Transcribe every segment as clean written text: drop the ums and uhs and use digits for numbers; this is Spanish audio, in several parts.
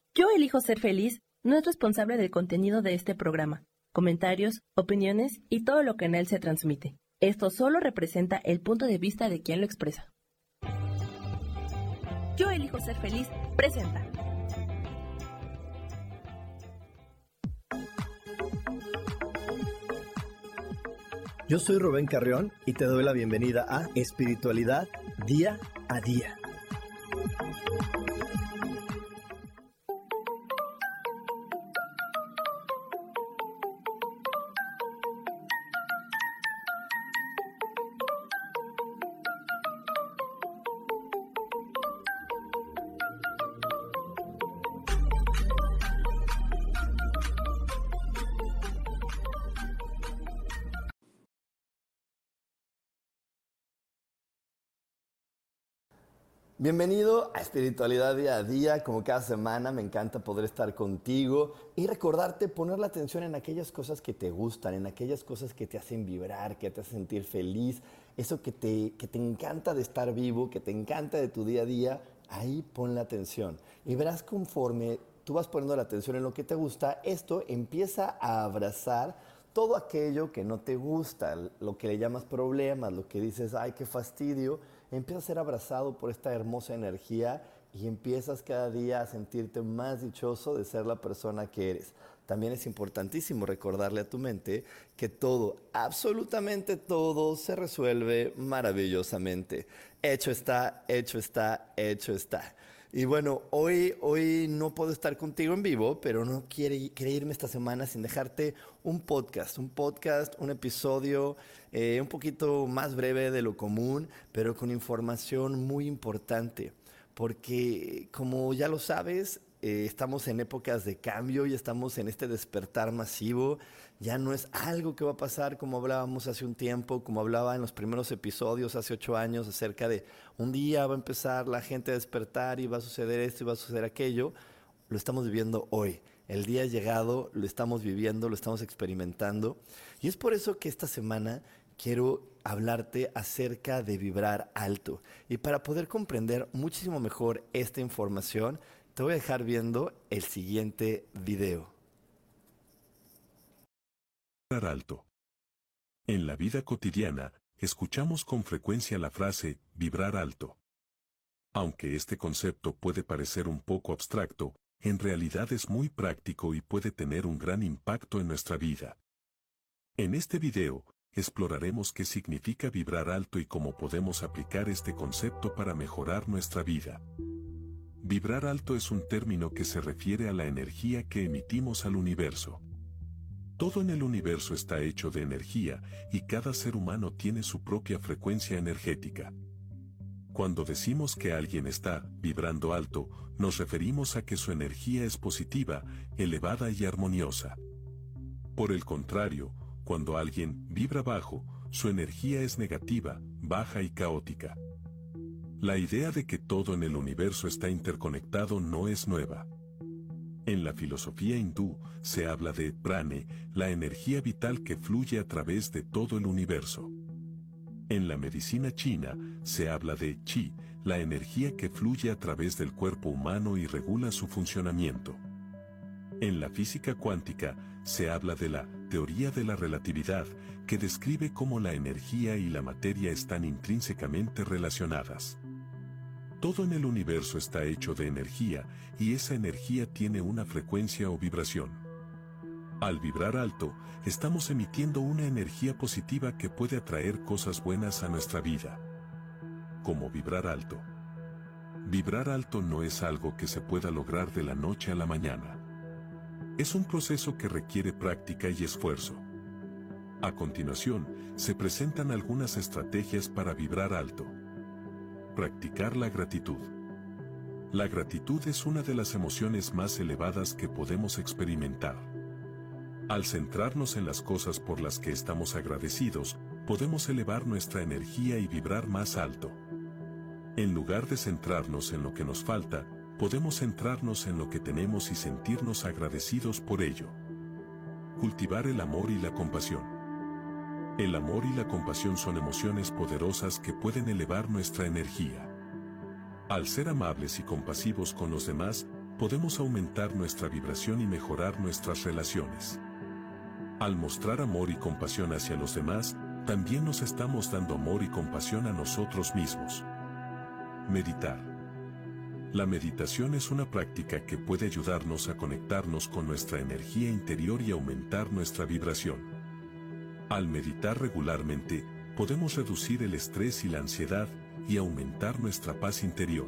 Yo elijo ser feliz no es responsable del contenido de este programa, comentarios, opiniones y todo lo que en él se transmite. Esto solo representa el punto de vista de quien lo expresa. Yo elijo ser feliz presenta. Yo soy Rubén Carrión y te doy la bienvenida a Espiritualidad Día a Día. Bienvenido a Espiritualidad Día a Día. Como cada semana me encanta poder estar contigo y recordarte poner la atención en aquellas cosas que te gustan, en aquellas cosas que te hacen vibrar, que te hacen sentir feliz, eso que te encanta de estar vivo, que te encanta de tu día a día. Ahí pon la atención y verás conforme tú vas poniendo la atención en lo que te gusta, esto empieza a abrazar todo aquello que no te gusta, lo que le llamas problemas, lo que dices, ay, qué fastidio. Empiezas a ser abrazado por esta hermosa energía y empiezas cada día a sentirte más dichoso de ser la persona que eres. También es importantísimo recordarle a tu mente que todo, absolutamente todo, se resuelve maravillosamente. Hecho está, hecho está, hecho está. Y bueno, hoy no puedo estar contigo en vivo, pero no quería irme esta semana sin dejarte un podcast, un episodio un poquito más breve de lo común, pero con información muy importante. Porque como ya lo sabes, estamos en épocas de cambio y estamos en este despertar masivo. Ya no es algo que va a pasar como hablábamos hace un tiempo, como hablaba en los primeros episodios hace 8 años acerca de un día va a empezar la gente a despertar y va a suceder esto y va a suceder aquello. Lo estamos viviendo hoy. El día ha llegado, lo estamos viviendo, lo estamos experimentando. Y es por eso que esta semana quiero hablarte acerca de vibrar alto. Y para poder comprender muchísimo mejor esta información, te voy a dejar viendo el siguiente video. Vibrar alto. En la vida cotidiana, escuchamos con frecuencia la frase vibrar alto. Aunque este concepto puede parecer un poco abstracto, en realidad es muy práctico y puede tener un gran impacto en nuestra vida. En este video, exploraremos qué significa vibrar alto y cómo podemos aplicar este concepto para mejorar nuestra vida. Vibrar alto es un término que se refiere a la energía que emitimos al universo. Todo en el universo está hecho de energía y cada ser humano tiene su propia frecuencia energética. Cuando decimos que alguien está vibrando alto, nos referimos a que su energía es positiva, elevada y armoniosa. Por el contrario, cuando alguien vibra bajo, su energía es negativa, baja y caótica. La idea de que todo en el universo está interconectado no es nueva. En la filosofía hindú se habla de prane, la energía vital que fluye a través de todo el universo. En la medicina china se habla de chi, la energía que fluye a través del cuerpo humano y regula su funcionamiento. En la física cuántica se habla de la teoría de la relatividad, que describe cómo la energía y la materia están intrínsecamente relacionadas. Todo en el universo está hecho de energía y esa energía tiene una frecuencia o vibración. Al vibrar alto, estamos emitiendo una energía positiva que puede atraer cosas buenas a nuestra vida. ¿Cómo vibrar alto? Vibrar alto no es algo que se pueda lograr de la noche a la mañana. Es un proceso que requiere práctica y esfuerzo. A continuación, se presentan algunas estrategias para vibrar alto. Practicar la gratitud. La gratitud es una de las emociones más elevadas que podemos experimentar. Al centrarnos en las cosas por las que estamos agradecidos, podemos elevar nuestra energía y vibrar más alto. En lugar de centrarnos en lo que nos falta, podemos centrarnos en lo que tenemos y sentirnos agradecidos por ello. Cultivar el amor y la compasión. El amor y la compasión son emociones poderosas que pueden elevar nuestra energía. Al ser amables y compasivos con los demás, podemos aumentar nuestra vibración y mejorar nuestras relaciones. Al mostrar amor y compasión hacia los demás, también nos estamos dando amor y compasión a nosotros mismos. Meditar. La meditación es una práctica que puede ayudarnos a conectarnos con nuestra energía interior y aumentar nuestra vibración. Al meditar regularmente, podemos reducir el estrés y la ansiedad y aumentar nuestra paz interior.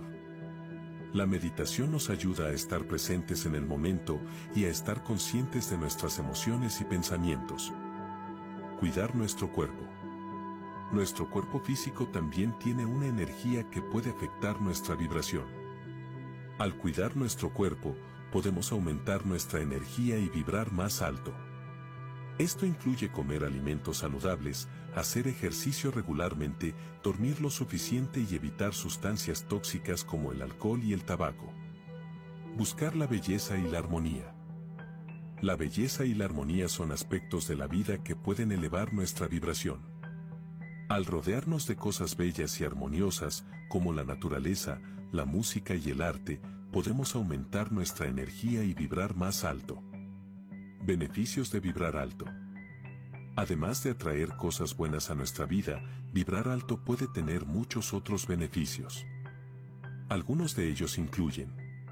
La meditación nos ayuda a estar presentes en el momento y a estar conscientes de nuestras emociones y pensamientos. Cuidar nuestro cuerpo. Nuestro cuerpo físico también tiene una energía que puede afectar nuestra vibración. Al cuidar nuestro cuerpo, podemos aumentar nuestra energía y vibrar más alto. Esto incluye comer alimentos saludables, hacer ejercicio regularmente, dormir lo suficiente y evitar sustancias tóxicas como el alcohol y el tabaco. Buscar la belleza y la armonía. La belleza y la armonía son aspectos de la vida que pueden elevar nuestra vibración. Al rodearnos de cosas bellas y armoniosas, como la naturaleza, la música y el arte, podemos aumentar nuestra energía y vibrar más alto. Beneficios de vibrar alto. Además de atraer cosas buenas a nuestra vida, vibrar alto puede tener muchos otros beneficios. Algunos de ellos incluyen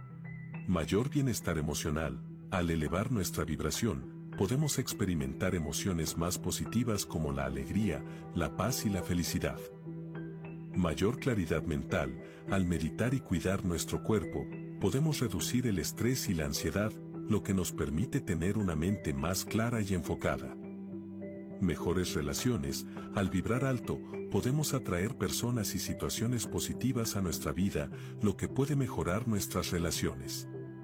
mayor bienestar emocional. Al elevar nuestra vibración, podemos experimentar emociones más positivas como la alegría, la paz y la felicidad. Mayor claridad mental. Al meditar y cuidar nuestro cuerpo, podemos reducir el estrés y la ansiedad, lo que nos permite tener una mente más clara y enfocada. Mejores relaciones. Al vibrar alto, podemos atraer personas y situaciones positivas a nuestra vida, lo que puede mejorar nuestras relaciones.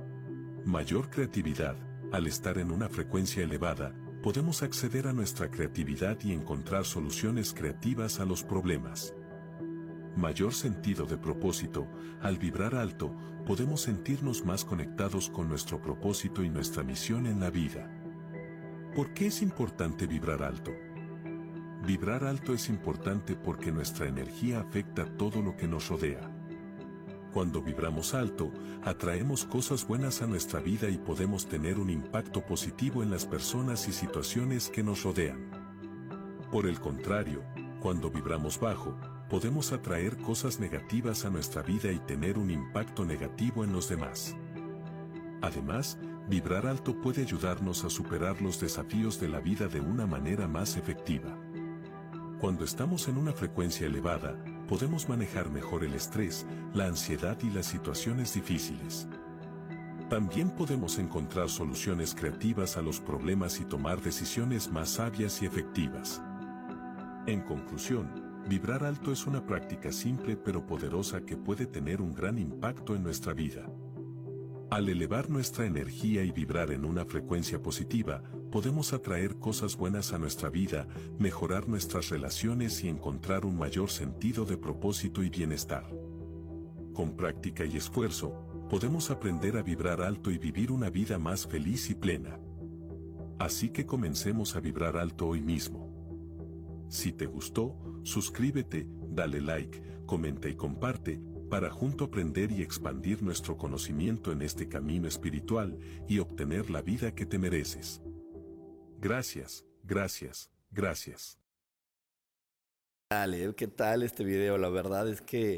Mayor creatividad. Al estar en una frecuencia elevada, podemos acceder a nuestra creatividad y encontrar soluciones creativas a los problemas. Mayor sentido de propósito. Al vibrar alto, podemos sentirnos más conectados con nuestro propósito y nuestra misión en la vida. ¿Por qué es importante vibrar alto? Vibrar alto es importante porque nuestra energía afecta todo lo que nos rodea. Cuando vibramos alto, atraemos cosas buenas a nuestra vida y podemos tener un impacto positivo en las personas y situaciones que nos rodean. Por el contrario, cuando vibramos bajo, podemos atraer cosas negativas a nuestra vida y tener un impacto negativo en los demás. Además, vibrar alto puede ayudarnos a superar los desafíos de la vida de una manera más efectiva. Cuando estamos en una frecuencia elevada, podemos manejar mejor el estrés, la ansiedad y las situaciones difíciles. También podemos encontrar soluciones creativas a los problemas y tomar decisiones más sabias y efectivas. En conclusión, vibrar alto es una práctica simple pero poderosa que puede tener un gran impacto en nuestra vida. Al elevar nuestra energía y vibrar en una frecuencia positiva, podemos atraer cosas buenas a nuestra vida, mejorar nuestras relaciones y encontrar un mayor sentido de propósito y bienestar. Con práctica y esfuerzo, podemos aprender a vibrar alto y vivir una vida más feliz y plena. Así que comencemos a vibrar alto hoy mismo. Si te gustó, suscríbete, dale like, comenta y comparte, para junto aprender y expandir nuestro conocimiento en este camino espiritual y obtener la vida que te mereces. Gracias, gracias, gracias. ¿Qué tal este video? La verdad es que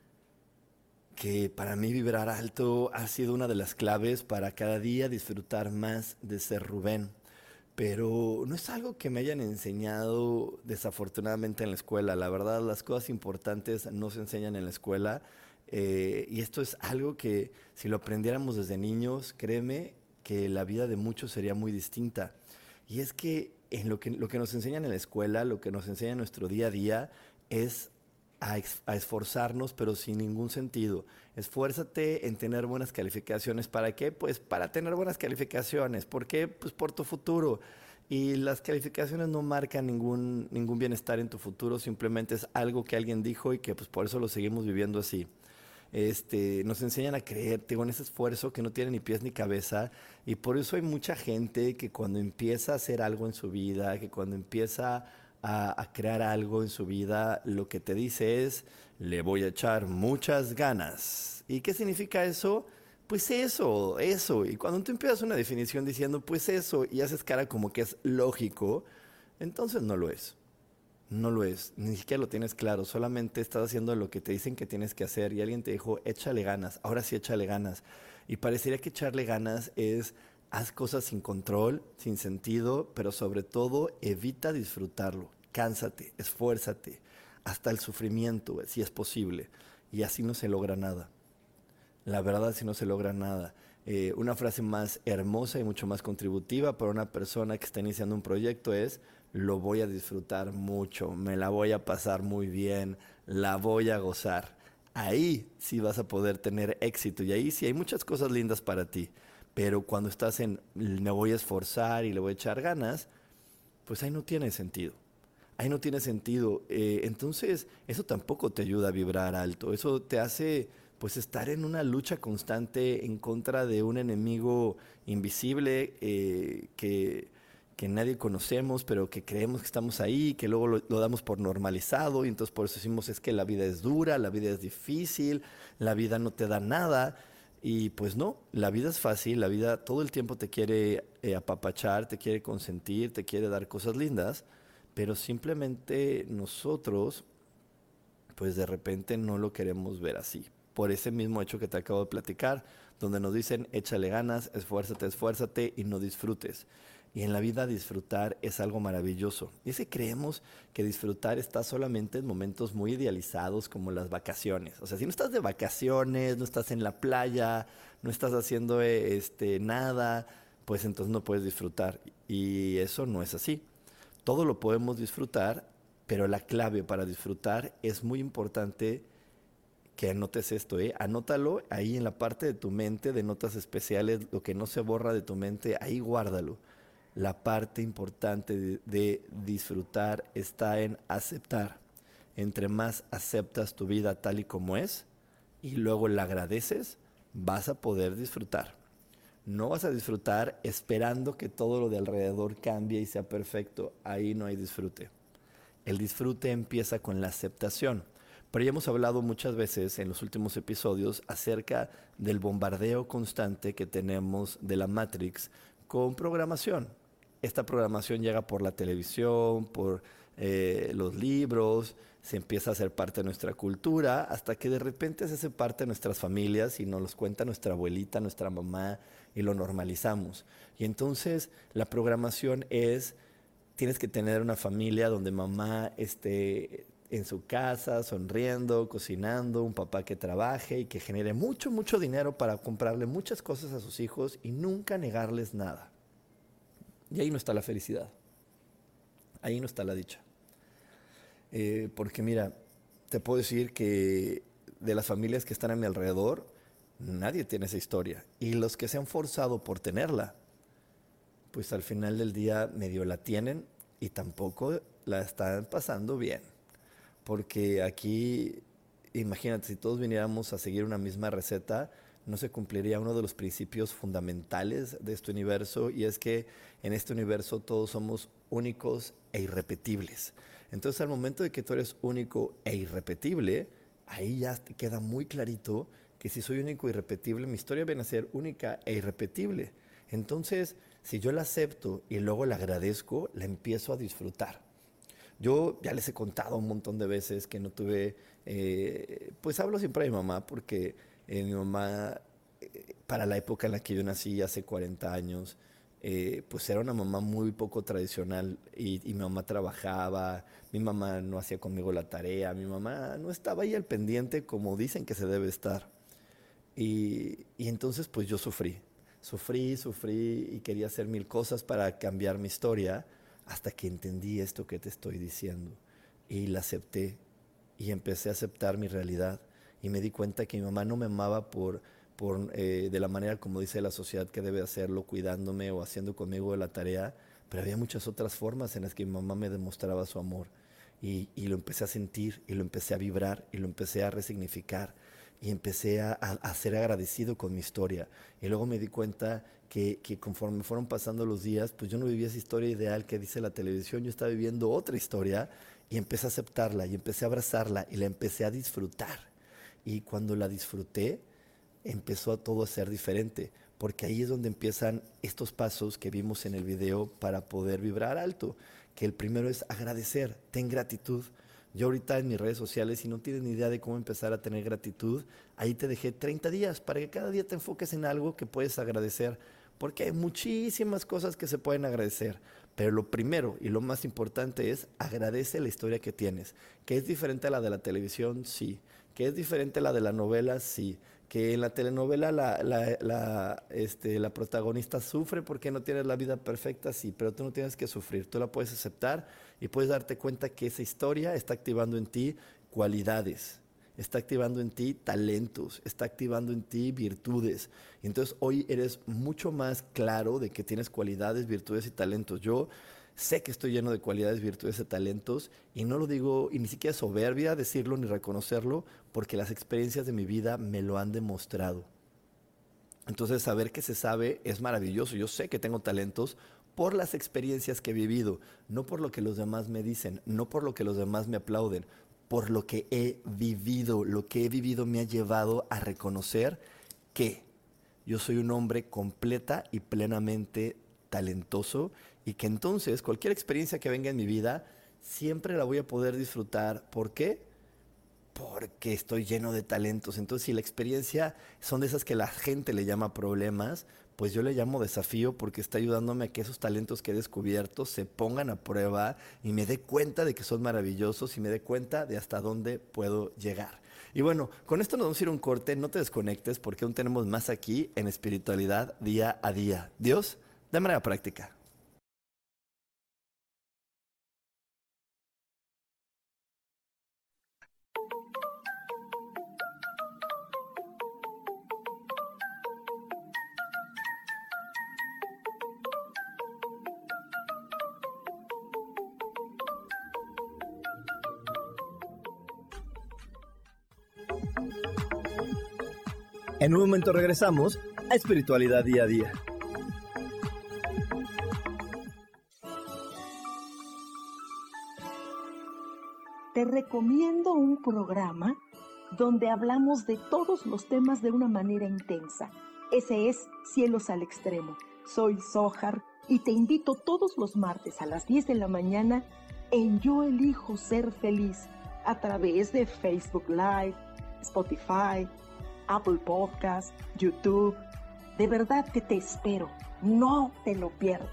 para mí vibrar alto ha sido una de las claves para cada día disfrutar más de ser Rubén. Pero no es algo que me hayan enseñado desafortunadamente en la escuela. La verdad, las cosas importantes no se enseñan en la escuela. Y esto es algo que si lo aprendiéramos desde niños, créeme que la vida de muchos sería muy distinta. Y es que en lo que nos enseñan en la escuela, lo que nos enseña en nuestro día a día es a esforzarnos, pero sin ningún sentido. Esfuérzate en tener buenas calificaciones. ¿Para qué? Pues para tener buenas calificaciones. ¿Por qué? Pues por tu futuro. Y las calificaciones no marcan ningún bienestar en tu futuro, simplemente es algo que alguien dijo y que pues por eso lo seguimos viviendo así. Nos enseñan a creer, en ese esfuerzo que no tiene ni pies ni cabeza, y por eso hay mucha gente que cuando empieza a hacer algo en su vida, que cuando empieza a crear algo en su vida, lo que te dice es, le voy a echar muchas ganas. ¿Y qué significa eso? Pues eso. Y cuando tú empiezas una definición diciendo, pues eso, y haces cara como que es lógico, entonces no lo es. No lo es, ni siquiera lo tienes claro, solamente estás haciendo lo que te dicen que tienes que hacer y alguien te dijo, échale ganas, ahora sí échale ganas. Y parecería que echarle ganas es, haz cosas sin control, sin sentido, pero sobre todo evita disfrutarlo, cánsate, esfuérzate, hasta el sufrimiento, si es posible, y así no se logra nada. La verdad, si no se logra nada. Una frase más hermosa y mucho más contributiva para una persona que está iniciando un proyecto es, lo voy a disfrutar mucho, me la voy a pasar muy bien, la voy a gozar. Ahí sí vas a poder tener éxito y ahí sí hay muchas cosas lindas para ti. Pero cuando estás en, me voy a esforzar y le voy a echar ganas, pues ahí no tiene sentido. Ahí no tiene sentido. Entonces, eso tampoco te ayuda a vibrar alto. Eso te hace, pues, estar en una lucha constante en contra de un enemigo invisible que nadie conocemos, pero que creemos que estamos ahí, que luego lo damos por normalizado y entonces por eso decimos es que la vida es dura, la vida es difícil, la vida no te da nada. Y pues no, la vida es fácil, la vida todo el tiempo te quiere apapachar, te quiere consentir, te quiere dar cosas lindas, pero simplemente nosotros, pues de repente no lo queremos ver así. Por ese mismo hecho que te acabo de platicar, donde nos dicen échale ganas, esfuérzate y no disfrutes. Y en la vida disfrutar es algo maravilloso. Y es que creemos que disfrutar está solamente en momentos muy idealizados como las vacaciones. O sea, si no estás de vacaciones, no estás en la playa, no estás haciendo nada, pues entonces no puedes disfrutar. Y eso no es así. Todo lo podemos disfrutar, pero la clave para disfrutar es muy importante que anotes esto, ¿eh? Anótalo ahí en la parte de tu mente de notas especiales, lo que no se borra de tu mente, ahí guárdalo. La parte importante de disfrutar está en aceptar. Entre más aceptas tu vida tal y como es y luego la agradeces, vas a poder disfrutar. No vas a disfrutar esperando que todo lo de alrededor cambie y sea perfecto. Ahí no hay disfrute. El disfrute empieza con la aceptación. Pero ya hemos hablado muchas veces en los últimos episodios acerca del bombardeo constante que tenemos de la Matrix con programación. Esta programación llega por la televisión, por los libros, se empieza a hacer parte de nuestra cultura, hasta que de repente se hace parte de nuestras familias y nos los cuenta nuestra abuelita, nuestra mamá, y lo normalizamos. Y entonces la programación es, tienes que tener una familia donde mamá esté en su casa, sonriendo, cocinando, un papá que trabaje y que genere mucho, mucho dinero para comprarle muchas cosas a sus hijos y nunca negarles nada. Y ahí no está la felicidad. Ahí no está la dicha. Porque mira, te puedo decir que de las familias que están a mi alrededor, nadie tiene esa historia. Y los que se han forzado por tenerla, pues al final del día medio la tienen y tampoco la están pasando bien. Porque aquí, imagínate, si todos viniéramos a seguir una misma receta, no se cumpliría uno de los principios fundamentales de este universo, y es que en este universo todos somos únicos e irrepetibles. Entonces, al momento de que tú eres único e irrepetible, ahí ya te queda muy clarito que si soy único e irrepetible, mi historia viene a ser única e irrepetible. Entonces, si yo la acepto y luego la agradezco, la empiezo a disfrutar. Yo ya les he contado un montón de veces que no tuve, pues hablo siempre de mi mamá porque mi mamá, para la época en la que yo nací, hace 40 años, pues era una mamá muy poco tradicional y mi mamá trabajaba, mi mamá no hacía conmigo la tarea, mi mamá no estaba ahí al pendiente como dicen que se debe estar. Y entonces pues yo sufrí y quería hacer mil cosas para cambiar mi historia hasta que entendí esto que te estoy diciendo y la acepté y empecé a aceptar mi realidad y me di cuenta que mi mamá no me amaba de la manera como dice la sociedad que debe hacerlo, cuidándome o haciendo conmigo la tarea, pero había muchas otras formas en las que mi mamá me demostraba su amor y lo empecé a sentir y lo empecé a vibrar y lo empecé a resignificar y empecé a ser agradecido con mi historia. Y luego me di cuenta que conforme fueron pasando los días, pues yo no vivía esa historia ideal que dice la televisión, yo estaba viviendo otra historia y empecé a aceptarla y empecé a abrazarla y la empecé a disfrutar. Y cuando la disfruté, empezó a todo a ser diferente, porque ahí es donde empiezan estos pasos que vimos en el video para poder vibrar alto, que el primero es agradecer, ten gratitud. Yo ahorita en mis redes sociales, si no tienes ni idea de cómo empezar a tener gratitud, ahí te dejé 30 días para que cada día te enfoques en algo que puedes agradecer, porque hay muchísimas cosas que se pueden agradecer. Pero lo primero y lo más importante es agradece la historia que tienes, que es diferente a la de la televisión, sí, que es diferente a la de la novela, sí, que en la telenovela la protagonista sufre porque no tienes la vida perfecta, sí, pero tú no tienes que sufrir, tú la puedes aceptar y puedes darte cuenta que esa historia está activando en ti cualidades, está activando en ti talentos, está activando en ti virtudes. Y entonces hoy eres mucho más claro de que tienes cualidades, virtudes y talentos. Yo sé que estoy lleno de cualidades, virtudes y talentos y no lo digo, y ni siquiera es soberbia decirlo ni reconocerlo, porque las experiencias de mi vida me lo han demostrado. Entonces saber que se sabe es maravilloso. Yo sé que tengo talentos por las experiencias que he vivido, no por lo que los demás me dicen, no por lo que los demás me aplauden, por lo que he vivido. Lo que he vivido me ha llevado a reconocer que yo soy un hombre completa y plenamente talentoso y que entonces cualquier experiencia que venga en mi vida siempre la voy a poder disfrutar. ¿Por qué? Porque estoy lleno de talentos. Entonces, si la experiencia son de esas que la gente le llama problemas, pues yo le llamo desafío porque está ayudándome a que esos talentos que he descubierto se pongan a prueba y me dé cuenta de que son maravillosos y me dé cuenta de hasta dónde puedo llegar. Y bueno, con esto nos vamos a ir a un corte, no te desconectes porque aún tenemos más aquí en Espiritualidad Día a Día. Dios, de manera práctica. En un momento regresamos a Espiritualidad Día a Día. Te recomiendo un programa donde hablamos de todos los temas de una manera intensa. Ese es Cielos al Extremo. Soy Sohar y te invito todos los martes a las 10 de la mañana en Yo Elijo Ser Feliz a través de Facebook Live, Spotify, Apple Podcast, YouTube. De verdad que te espero. No te lo pierdas.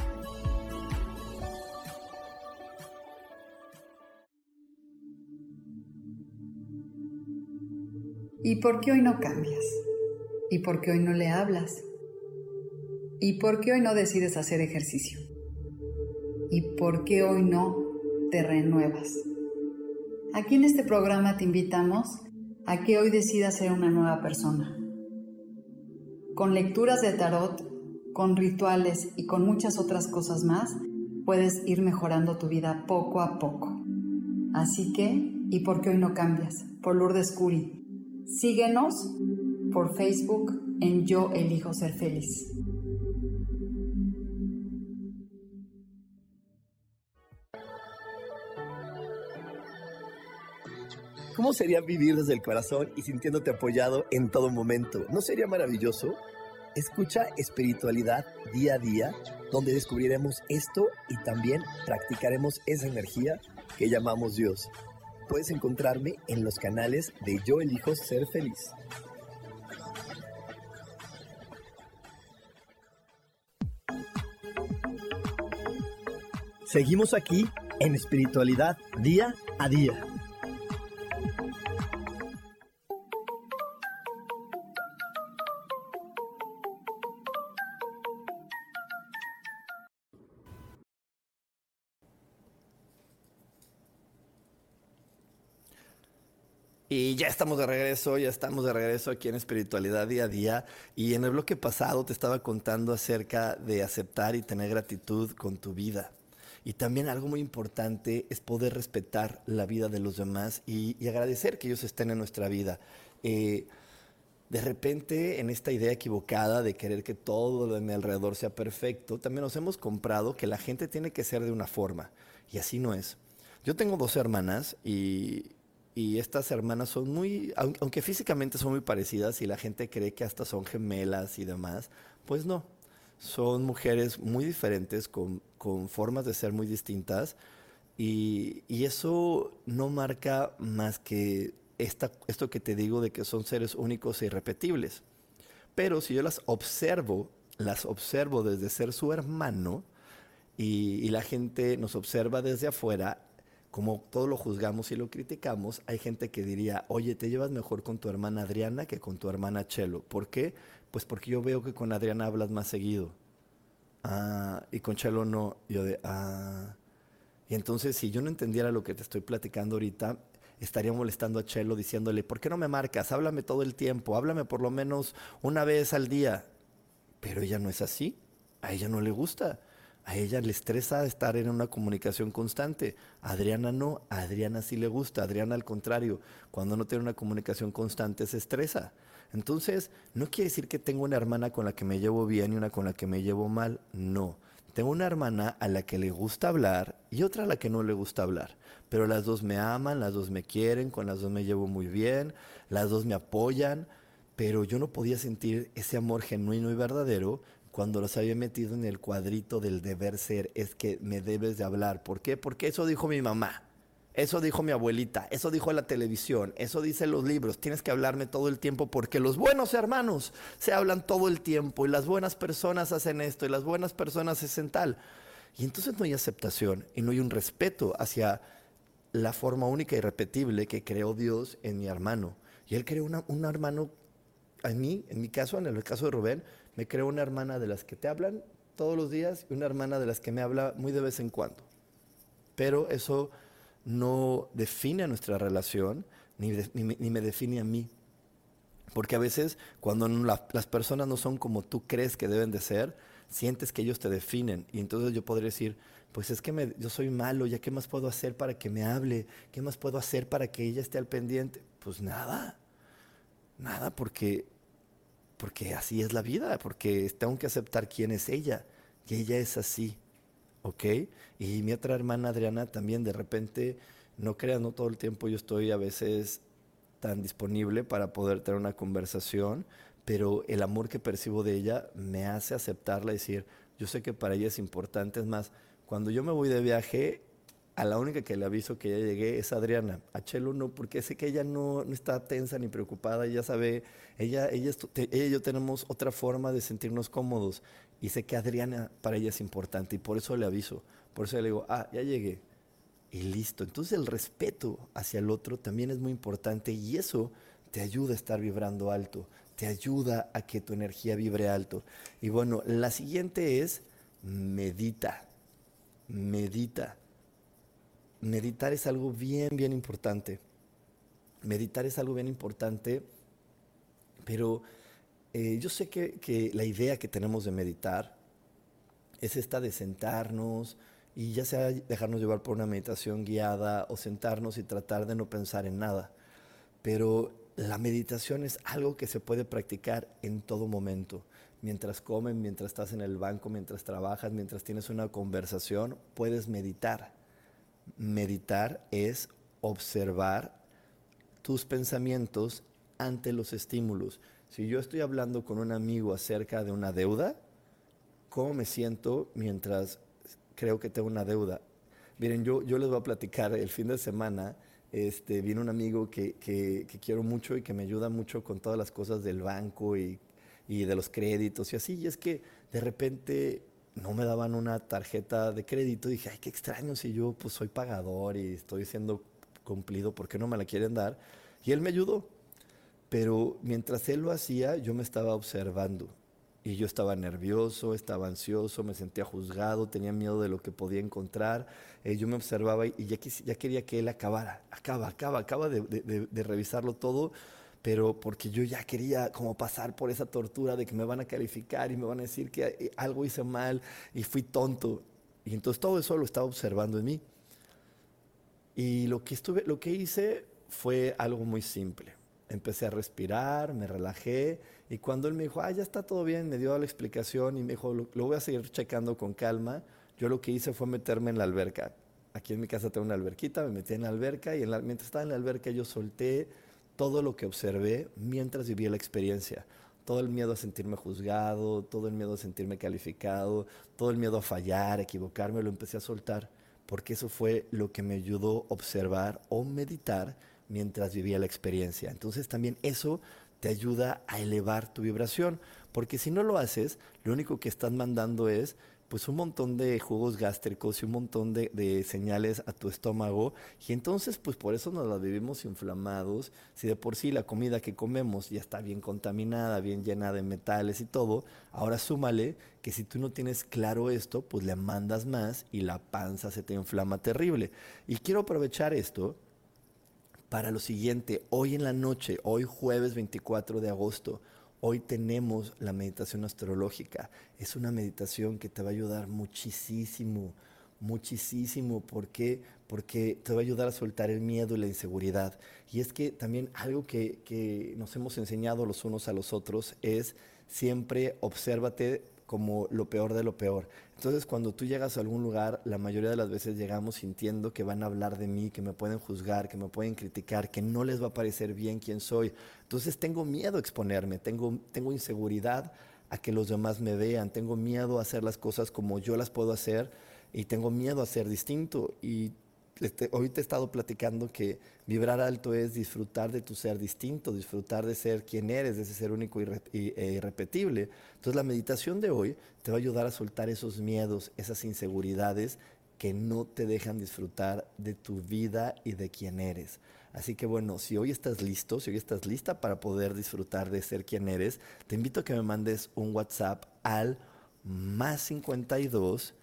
¿Y por qué hoy no cambias? ¿Y por qué hoy no le hablas? ¿Y por qué hoy no decides hacer ejercicio? ¿Y por qué hoy no te renuevas? Aquí en este programa te invitamos a que hoy decidas ser una nueva persona. Con lecturas de tarot, con rituales y con muchas otras cosas más, puedes ir mejorando tu vida poco a poco. Así que, ¿y por qué hoy no cambias? Por Lourdes Curi. Síguenos por Facebook en Yo Elijo Ser Feliz. ¿Cómo sería vivir desde el corazón y sintiéndote apoyado en todo momento? ¿No sería maravilloso? Escucha Espiritualidad Día a Día, donde descubriremos esto y también practicaremos esa energía que llamamos Dios. Puedes encontrarme en los canales de Yo Elijo Ser Feliz. Seguimos aquí en Espiritualidad Día a Día. Y ya estamos de regreso aquí en Espiritualidad Día a Día. Y en el bloque pasado te estaba contando acerca de aceptar y tener gratitud con tu vida. Y también algo muy importante es poder respetar la vida de los demás y agradecer que ellos estén en nuestra vida. De repente, en esta idea equivocada de querer que todo lo de mi alrededor sea perfecto, también nos hemos comprado que la gente tiene que ser de una forma. Y así no es. Yo tengo 2 hermanas y y estas hermanas son muy, aunque físicamente son muy parecidas y la gente cree que hasta son gemelas y demás, pues no. Son mujeres muy diferentes, con formas de ser muy distintas, y eso no marca más que esto que te digo de que son seres únicos e irrepetibles. Pero si yo las observo desde ser su hermano y la gente nos observa desde afuera, como todo lo juzgamos y lo criticamos, hay gente que diría, oye, te llevas mejor con tu hermana Adriana que con tu hermana Chelo. ¿Por qué? Pues porque yo veo que con Adriana hablas más seguido. Ah, y con Chelo no. Yo de, ah. Y entonces, si yo no entendiera lo que te estoy platicando ahorita, estaría molestando a Chelo diciéndole, ¿por qué no me marcas? Háblame todo el tiempo, háblame por lo menos una vez al día. Pero ella no es así, a ella no le gusta, a ella le estresa estar en una comunicación constante. A Adriana no, a Adriana sí le gusta, a Adriana al contrario, cuando no tiene una comunicación constante se estresa. Entonces, no quiere decir que tengo una hermana con la que me llevo bien y una con la que me llevo mal, no. Tengo una hermana a la que le gusta hablar y otra a la que no le gusta hablar. Pero las dos me aman, las dos me quieren, con las dos me llevo muy bien, las dos me apoyan. Pero yo no podía sentir ese amor genuino y verdadero cuando los había metido en el cuadrito del deber ser. Es que me debes de hablar. ¿Por qué? Porque eso dijo mi mamá. Eso dijo mi abuelita, eso dijo la televisión, eso dicen los libros, tienes que hablarme todo el tiempo porque los buenos hermanos se hablan todo el tiempo y las buenas personas hacen esto y las buenas personas hacen tal. Y entonces no hay aceptación y no hay un respeto hacia la forma única y irrepetible que creó Dios en mi hermano. Y Él creó un hermano en mí, en mi caso, en el caso de Rubén, me creó una hermana de las que te hablan todos los días y una hermana de las que me habla muy de vez en cuando. Pero eso no define a nuestra relación, ni me define a mí. Porque a veces cuando las personas no son como tú crees que deben de ser, sientes que ellos te definen. Y entonces yo podría decir, pues es que yo soy malo, ¿ya qué más puedo hacer para que me hable? ¿Qué más puedo hacer para que ella esté al pendiente? Pues nada, porque así es la vida, porque tengo que aceptar quién es ella. Y ella es así. ¿Ok? Y mi otra hermana Adriana también de repente, no creas, no todo el tiempo yo estoy a veces tan disponible para poder tener una conversación, pero el amor que percibo de ella me hace aceptarla y decir, yo sé que para ella es importante. Es más, cuando yo me voy de viaje, a la única que le aviso que ya llegué es a Adriana. A Chelo no, porque sé que ella no está tensa ni preocupada, ella sabe, ella y yo tenemos otra forma de sentirnos cómodos. Y sé que Adriana para ella es importante y por eso le aviso, por eso le digo, ya llegué y listo. Entonces el respeto hacia el otro también es muy importante y eso te ayuda a estar vibrando alto, te ayuda a que tu energía vibre alto. Y bueno, la siguiente es medita. Meditar es algo bien, bien importante. Meditar es algo bien importante, pero yo sé que la idea que tenemos de meditar es esta de sentarnos y ya sea dejarnos llevar por una meditación guiada o sentarnos y tratar de no pensar en nada. Pero la meditación es algo que se puede practicar en todo momento. Mientras comes, mientras estás en el banco, mientras trabajas, mientras tienes una conversación, puedes meditar. Meditar es observar tus pensamientos ante los estímulos. Si yo estoy hablando con un amigo acerca de una deuda, ¿cómo me siento mientras creo que tengo una deuda? Miren, yo les voy a platicar el fin de semana. Viene un amigo que quiero mucho y que me ayuda mucho con todas las cosas del banco y de los créditos y así. Y es que de repente no me daban una tarjeta de crédito. Dije, ay, qué extraño, si yo pues soy pagador y estoy siendo cumplido, ¿por qué no me la quieren dar? Y él me ayudó. Pero mientras él lo hacía, yo me estaba observando. Y yo estaba nervioso, estaba ansioso, me sentía juzgado, tenía miedo de lo que podía encontrar. Yo me observaba y ya quería que él acabara. Acaba de revisarlo todo, pero porque yo ya quería como pasar por esa tortura de que me van a calificar y me van a decir que algo hice mal y fui tonto. Y entonces todo eso lo estaba observando en mí. Y lo que hice fue algo muy simple. Empecé a respirar, me relajé y cuando él me dijo, ya está todo bien, me dio la explicación y me dijo, lo voy a seguir checando con calma. Yo lo que hice fue meterme en la alberca aquí en mi casa tengo una alberquita, me metí en la alberca y mientras estaba en la alberca yo solté todo lo que observé mientras vivía la experiencia. Todo el miedo a sentirme juzgado, todo el miedo a sentirme calificado, todo el miedo a fallar, a equivocarme, lo empecé a soltar, porque eso fue lo que me ayudó a observar o meditar mientras vivía la experiencia. Entonces también eso te ayuda a elevar tu vibración, porque si no lo haces, lo único que estás mandando es pues un montón de jugos gástricos y un montón de señales a tu estómago, y entonces pues por eso nos la vivimos inflamados. Si de por sí la comida que comemos ya está bien contaminada, bien llena de metales y todo, ahora súmale que si tú no tienes claro esto, pues le mandas más y la panza se te inflama terrible. Y quiero aprovechar esto para lo siguiente. Hoy en la noche, hoy jueves 24 de agosto, hoy tenemos la meditación astrológica. Es una meditación que te va a ayudar muchísimo, muchísimo. ¿Por qué? Porque te va a ayudar a soltar el miedo y la inseguridad. Y es que también algo que nos hemos enseñado los unos a los otros es siempre obsérvate como lo peor de lo peor. Entonces, cuando tú llegas a algún lugar, la mayoría de las veces llegamos sintiendo que van a hablar de mí, que me pueden juzgar, que me pueden criticar, que no les va a parecer bien quién soy. Entonces, tengo miedo a exponerme, tengo inseguridad a que los demás me vean, tengo miedo a hacer las cosas como yo las puedo hacer y tengo miedo a ser distinto. Y hoy te he estado platicando que vibrar alto es disfrutar de tu ser distinto, disfrutar de ser quien eres, de ese ser único e irrepetible. Entonces la meditación de hoy te va a ayudar a soltar esos miedos, esas inseguridades que no te dejan disfrutar de tu vida y de quién eres. Así que bueno, si hoy estás listo, si hoy estás lista para poder disfrutar de ser quien eres, te invito a que me mandes un WhatsApp al +52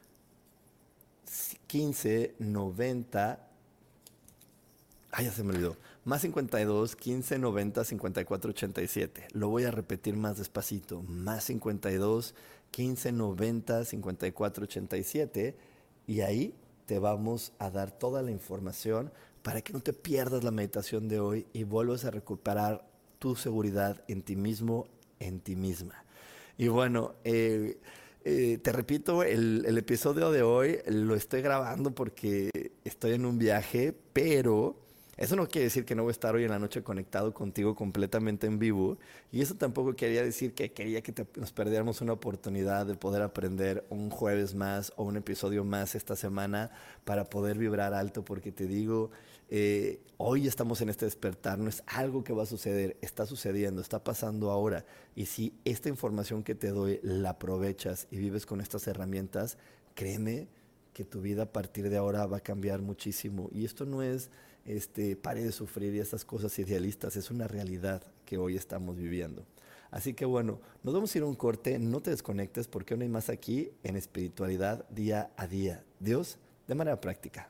15 90. Ya se me olvidó. +52 15 90 54 87. Lo voy a repetir más despacito. +52 15 90 54 87. Y ahí te vamos a dar toda la información para que no te pierdas la meditación de hoy y vuelvas a recuperar tu seguridad en ti mismo, en ti misma. Y bueno, te repito, el episodio de hoy lo estoy grabando porque estoy en un viaje, pero eso no quiere decir que no voy a estar hoy en la noche conectado contigo completamente en vivo. Y eso tampoco quería decir que quería que nos perdiéramos una oportunidad de poder aprender un jueves más o un episodio más esta semana para poder vibrar alto, porque te digo, hoy estamos en este despertar, no es algo que va a suceder, está sucediendo, está pasando ahora. Y si esta información que te doy la aprovechas y vives con estas herramientas, créeme que tu vida a partir de ahora va a cambiar muchísimo. Y esto no es pare de sufrir y estas cosas idealistas, es una realidad que hoy estamos viviendo. Así que bueno, nos vamos a ir a un corte, no te desconectes porque aún hay más aquí en Espiritualidad Día a Día. Dios de manera práctica.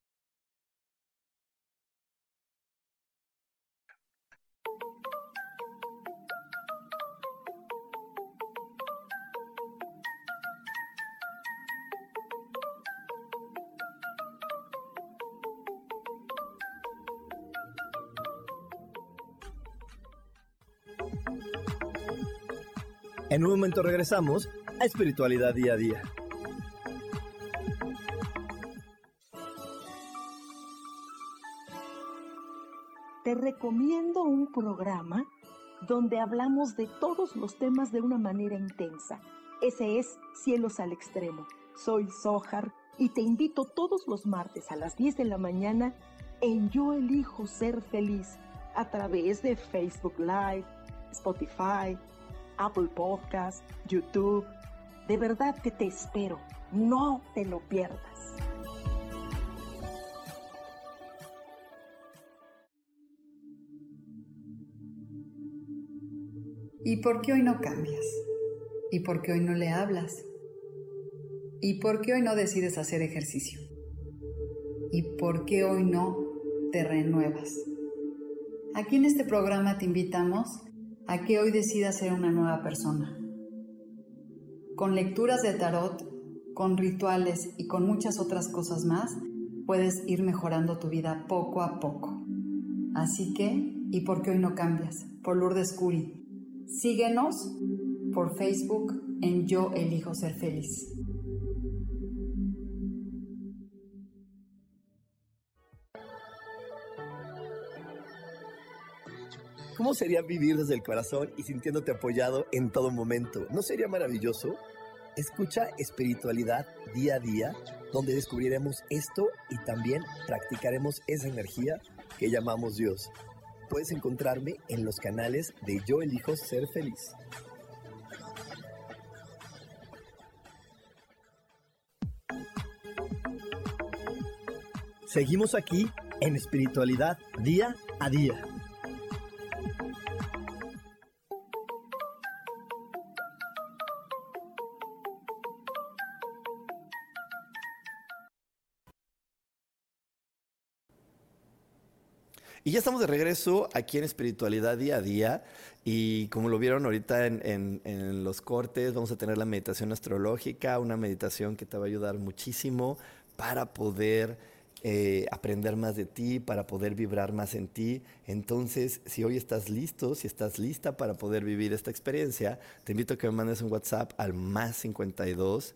En un momento regresamos a Espiritualidad Día a Día. Te recomiendo un programa donde hablamos de todos los temas de una manera intensa. Ese es Cielos al Extremo. Soy Sohar y te invito todos los martes a las 10 de la mañana en Yo Elijo Ser Feliz a través de Facebook Live, Spotify, Apple Podcast, YouTube. De verdad que te espero. No te lo pierdas. ¿Y por qué hoy no cambias? ¿Y por qué hoy no le hablas? ¿Y por qué hoy no decides hacer ejercicio? ¿Y por qué hoy no te renuevas? Aquí en este programa te invitamos a que hoy decidas ser una nueva persona. Con lecturas de tarot, con rituales y con muchas otras cosas más, puedes ir mejorando tu vida poco a poco. Así que, ¿y por qué hoy no cambias? Por Lourdes Curi. Síguenos por Facebook en Yo Elijo Ser Feliz. ¿Cómo sería vivir desde el corazón y sintiéndote apoyado en todo momento? ¿No sería maravilloso? Escucha Espiritualidad Día a Día, donde descubriremos esto y también practicaremos esa energía que llamamos Dios. Puedes encontrarme en los canales de Yo Elijo Ser Feliz. Seguimos aquí en Espiritualidad Día a Día. Y ya estamos de regreso aquí en Espiritualidad Día a Día y como lo vieron ahorita en los cortes, vamos a tener la meditación astrológica, una meditación que te va a ayudar muchísimo para poder aprender más de ti, para poder vibrar más en ti. Entonces, si hoy estás listo, si estás lista para poder vivir esta experiencia, te invito a que me mandes un WhatsApp al más 52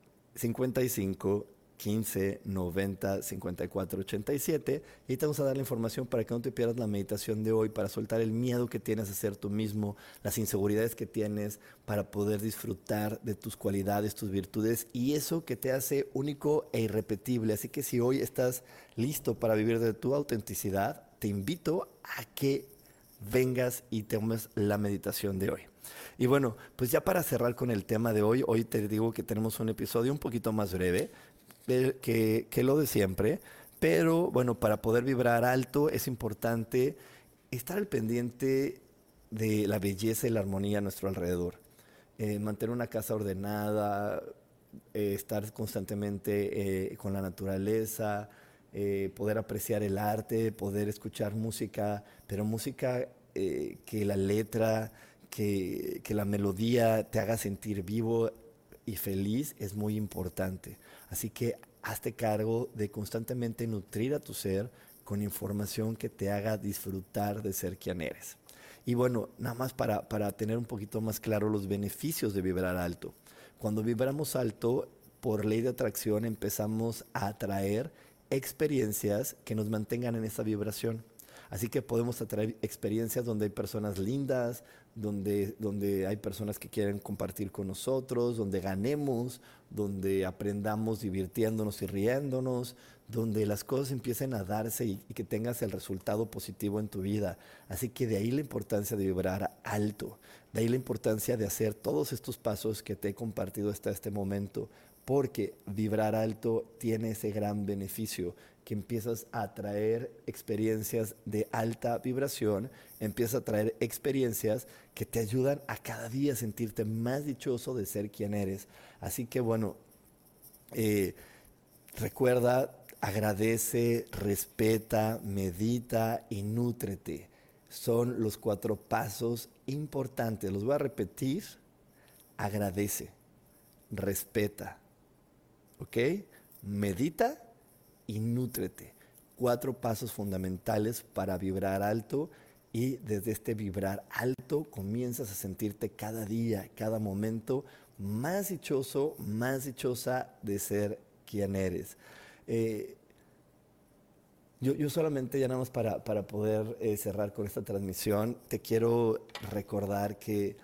55 15 90 54 87 y te vamos a dar la información para que no te pierdas la meditación de hoy, para soltar el miedo que tienes a ser tú mismo, las inseguridades que tienes, para poder disfrutar de tus cualidades, tus virtudes y eso que te hace único e irrepetible. Así que si hoy estás listo para vivir de tu autenticidad, te invito a que vengas y tomes la meditación de hoy. Y bueno, pues ya para cerrar con el tema de hoy te digo que tenemos un episodio un poquito más breve que lo de siempre, pero bueno, para poder vibrar alto es importante estar al pendiente de la belleza y la armonía a nuestro alrededor. Mantener una casa ordenada, estar constantemente con la naturaleza, poder apreciar el arte, poder escuchar música, pero música que la letra, que la melodía te haga sentir vivo y feliz es muy importante. Así que hazte cargo de constantemente nutrir a tu ser con información que te haga disfrutar de ser quien eres. Y bueno, nada más para tener un poquito más claro los beneficios de vibrar alto. Cuando vibramos alto, por ley de atracción empezamos a atraer experiencias que nos mantengan en esa vibración. Así que podemos atraer experiencias donde hay personas lindas, donde hay personas que quieren compartir con nosotros, donde ganemos, donde aprendamos divirtiéndonos y riéndonos, donde las cosas empiecen a darse y que tengas el resultado positivo en tu vida. Así que de ahí la importancia de vibrar alto, de ahí la importancia de hacer todos estos pasos que te he compartido hasta este momento, porque vibrar alto tiene ese gran beneficio que empiezas a atraer experiencias de alta vibración, empiezas a atraer experiencias que te ayudan a cada día sentirte más dichoso de ser quien eres. Así que bueno, recuerda, agradece, respeta, medita y nútrete. Son los 4 pasos importantes. Los voy a repetir. Agradece, respeta, ¿ok? Medita y nútrete. 4 pasos fundamentales para vibrar alto y desde este vibrar alto comienzas a sentirte cada día, cada momento más dichoso, más dichosa de ser quien eres. Yo solamente ya nada más para poder cerrar con esta transmisión, te quiero recordar que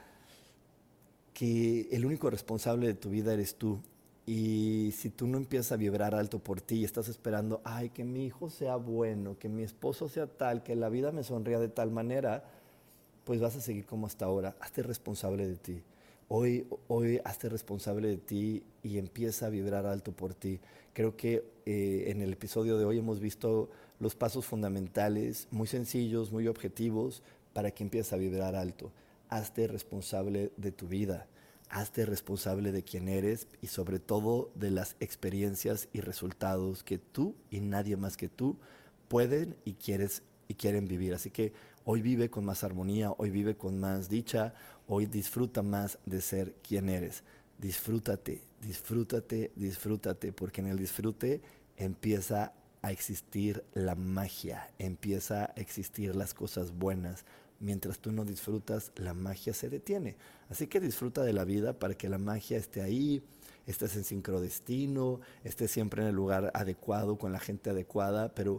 el único responsable de tu vida eres tú. Y si tú no empiezas a vibrar alto por ti y estás esperando, ay, que mi hijo sea bueno, que mi esposo sea tal, que la vida me sonría de tal manera, pues vas a seguir como hasta ahora. Hazte responsable de ti. Hoy hazte responsable de ti y empieza a vibrar alto por ti. Creo que en el episodio de hoy hemos visto los pasos fundamentales, muy sencillos, muy objetivos, para que empieces a vibrar alto. Hazte responsable de tu vida. Hazte responsable de quién eres y sobre todo de las experiencias y resultados que tú y nadie más que tú pueden y quieren vivir. Así que hoy vive con más armonía, hoy vive con más dicha, hoy disfruta más de ser quien eres. Disfrútate, disfrútate, disfrútate, porque en el disfrute empieza a existir la magia, empieza a existir las cosas buenas. Mientras tú no disfrutas, la magia se detiene. Así que disfruta de la vida para que la magia esté ahí, estés en sincrodestino, estés siempre en el lugar adecuado, con la gente adecuada, pero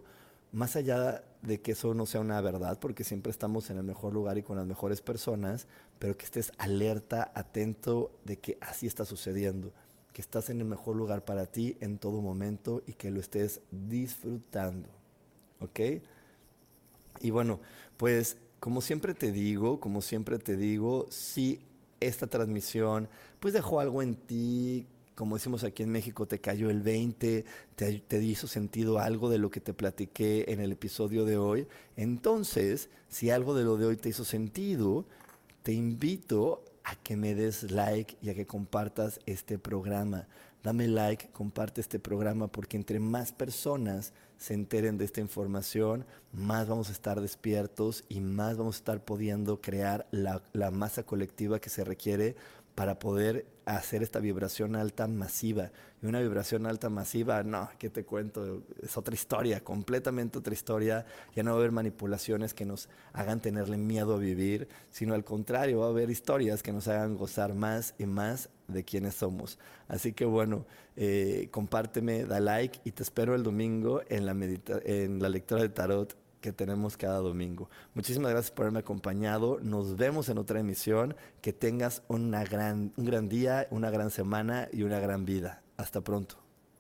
más allá de que eso no sea una verdad, porque siempre estamos en el mejor lugar y con las mejores personas, pero que estés alerta, atento de que así está sucediendo, que estás en el mejor lugar para ti en todo momento y que lo estés disfrutando, ¿ok? Y bueno, pues como siempre te digo, si esta transmisión pues dejó algo en ti, como decimos aquí en México, te cayó el 20, te hizo sentido algo de lo que te platiqué en el episodio de hoy, entonces, si algo de lo de hoy te hizo sentido, te invito a que me des like y a que compartas este programa. Dame like, comparte este programa, porque entre más personas se enteren de esta información, más vamos a estar despiertos y más vamos a estar pudiendo crear la masa colectiva que se requiere para poder hacer esta vibración alta masiva. Y una vibración alta masiva, no, ¿qué te cuento? Es otra historia, completamente otra historia. Ya no va a haber manipulaciones que nos hagan tenerle miedo a vivir, sino al contrario, va a haber historias que nos hagan gozar más y más de quienes somos. Así que bueno, compárteme, da like y te espero el domingo en la lectura de tarot que tenemos cada domingo. Muchísimas gracias por haberme acompañado. Nos vemos en otra emisión. Que tengas un gran día, una gran semana y una gran vida. Hasta pronto.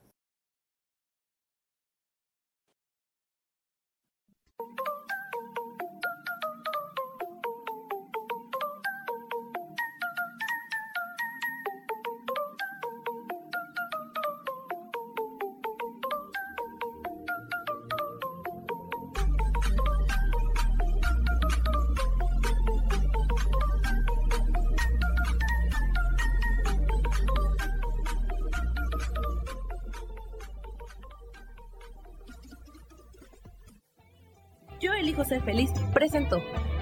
Yo elijo ser feliz presentó.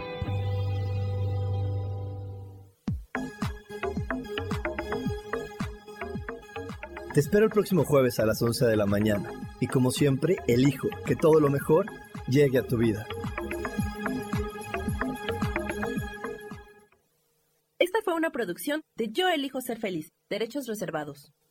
Te espero el próximo jueves a las 11 de la mañana y como siempre, elijo que todo lo mejor llegue a tu vida. Esta fue una producción de Yo elijo ser feliz. Derechos reservados.